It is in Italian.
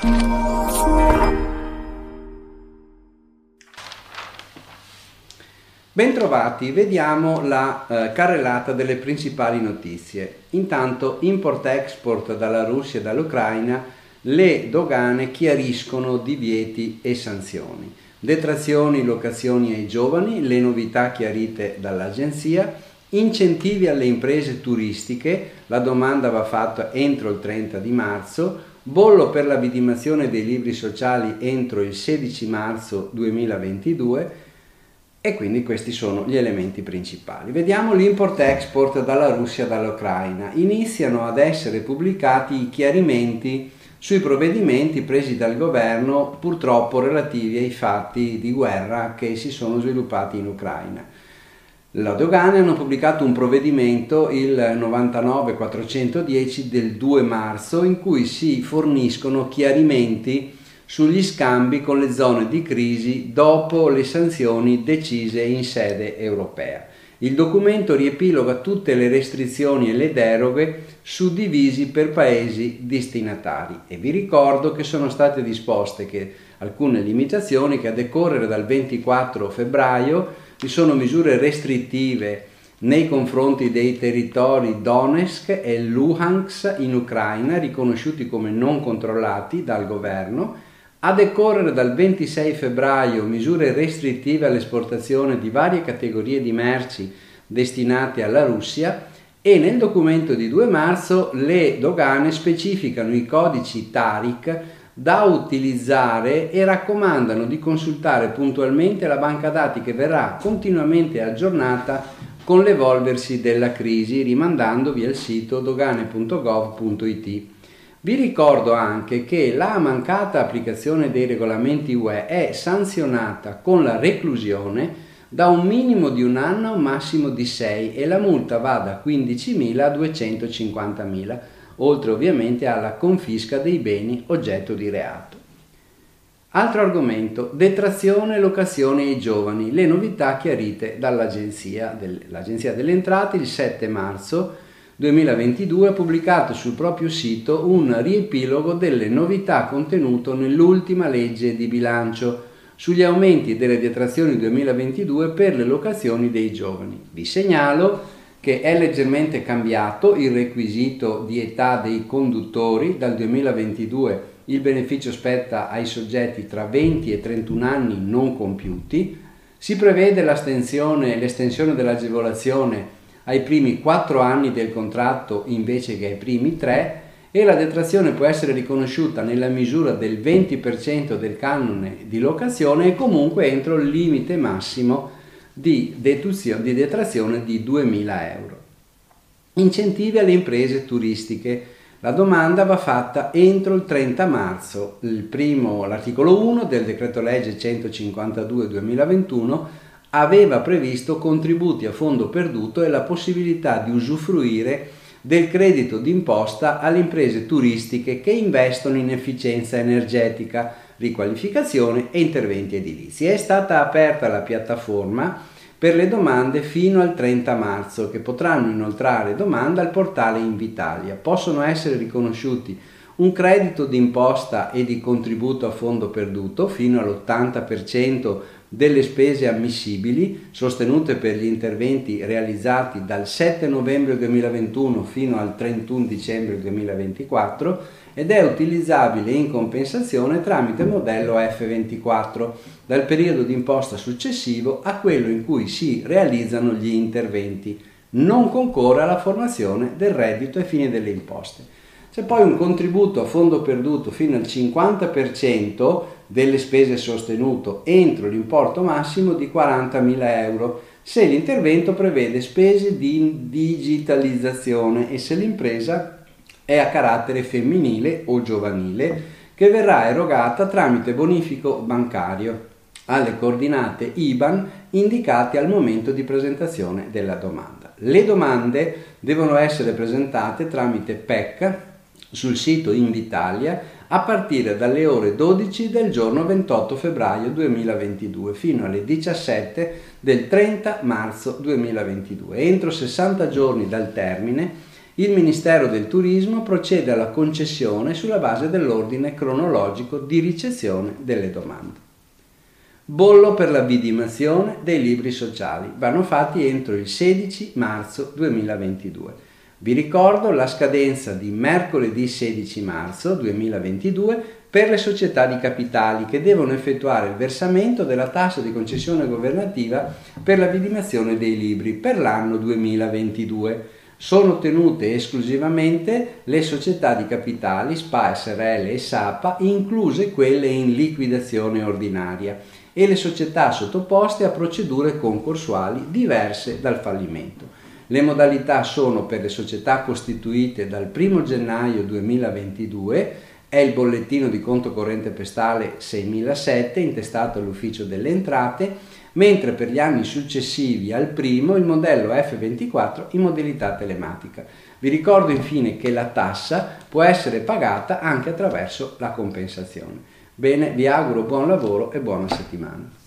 Bentrovati, vediamo la carrellata delle principali notizie. Intanto import-export dalla Russia e dall'Ucraina, le dogane chiariscono divieti e sanzioni. Detrazioni, locazioni ai giovani, le novità chiarite dall'agenzia, incentivi alle imprese turistiche, la domanda va fatta entro il 30 di marzo, bollo per la vidimazione dei libri sociali entro il 16 marzo 2022, e quindi questi sono gli elementi principali. Vediamo l'import-export dalla Russia e dall'Ucraina. Iniziano ad essere pubblicati i chiarimenti sui provvedimenti presi dal governo, purtroppo relativi ai fatti di guerra che si sono sviluppati in Ucraina. La dogane hanno pubblicato un provvedimento, il 99-410 del 2 marzo, in cui si forniscono chiarimenti sugli scambi con le zone di crisi dopo le sanzioni decise in sede europea. Il documento riepiloga tutte le restrizioni e le deroghe suddivisi per paesi destinatari e vi ricordo che sono state disposte alcune limitazioni che a decorrere dal 24 febbraio vi sono misure restrittive nei confronti dei territori Donetsk e Luhansk in Ucraina riconosciuti come non controllati dal governo. A decorrere dal 26 febbraio misure restrittive all'esportazione di varie categorie di merci destinate alla Russia e nel documento di 2 marzo le dogane specificano i codici TARIC da utilizzare e raccomandano di consultare puntualmente la banca dati che verrà continuamente aggiornata con l'evolversi della crisi rimandandovi al sito dogane.gov.it. Vi ricordo anche che la mancata applicazione dei regolamenti UE è sanzionata con la reclusione da un minimo di 1 anno a un massimo di 6 e la multa va da 15.000 a 250.000, oltre ovviamente alla confisca dei beni oggetto di reato. Altro argomento, detrazione e locazione ai giovani, le novità chiarite dall'Agenzia delle Entrate il 7 marzo 2022 ha pubblicato sul proprio sito un riepilogo delle novità contenute nell'ultima legge di bilancio sugli aumenti delle detrazioni 2022 per le locazioni dei giovani. Vi segnalo che è leggermente cambiato il requisito di età dei conduttori. Dal 2022 il beneficio spetta ai soggetti tra 20 e 31 anni non compiuti. Si prevede l'estensione dell'agevolazione ai primi 4 anni del contratto invece che ai primi 3 e la detrazione può essere riconosciuta nella misura del 20% del canone di locazione e comunque entro il limite massimo di detrazione di 2.000 euro. Incentivi alle imprese turistiche. La domanda va fatta entro il 30 marzo. L'articolo 1 del decreto legge 152/2021 aveva previsto contributi a fondo perduto e la possibilità di usufruire del credito d'imposta alle imprese turistiche che investono in efficienza energetica, riqualificazione e interventi edilizi. È stata aperta la piattaforma per le domande fino al 30 marzo, che potranno inoltrare domanda al portale Invitalia. Possono essere riconosciuti un credito d'imposta e di contributo a fondo perduto fino all'80% delle spese ammissibili sostenute per gli interventi realizzati dal 7 novembre 2021 fino al 31 dicembre 2024 ed è utilizzabile in compensazione tramite modello F24 dal periodo d'imposta successivo a quello in cui si realizzano gli interventi. Non concorre alla formazione del reddito ai fini delle imposte. C'è poi un contributo a fondo perduto fino al 50% delle spese sostenute entro l'importo massimo di 40.000 euro se l'intervento prevede spese di digitalizzazione e se l'impresa è a carattere femminile o giovanile, che verrà erogata tramite bonifico bancario alle coordinate IBAN indicate al momento di presentazione della domanda. Le domande devono essere presentate tramite PEC sul sito Invitalia a partire dalle ore 12 del giorno 28 febbraio 2022 fino alle 17 del 30 marzo 2022. Entro 60 giorni dal termine Il Ministero del Turismo procede alla concessione sulla base dell'ordine cronologico di ricezione delle domande. Bollo per la vidimazione dei libri sociali. Vanno fatti entro il 16 marzo 2022. Vi ricordo la scadenza di mercoledì 16 marzo 2022 per le società di capitali che devono effettuare il versamento della tassa di concessione governativa per la vidimazione dei libri per l'anno 2022. Sono tenute esclusivamente le società di capitali SpA Srl e SAPA, incluse quelle in liquidazione ordinaria, e le società sottoposte a procedure concorsuali diverse dal fallimento. Le modalità sono per le società costituite dal 1 gennaio 2022, è il bollettino di conto corrente postale 6007 intestato all'Ufficio delle Entrate, mentre per gli anni successivi al primo il modello F24 in modalità telematica. Vi ricordo infine che la tassa può essere pagata anche attraverso la compensazione. Bene, vi auguro buon lavoro e buona settimana.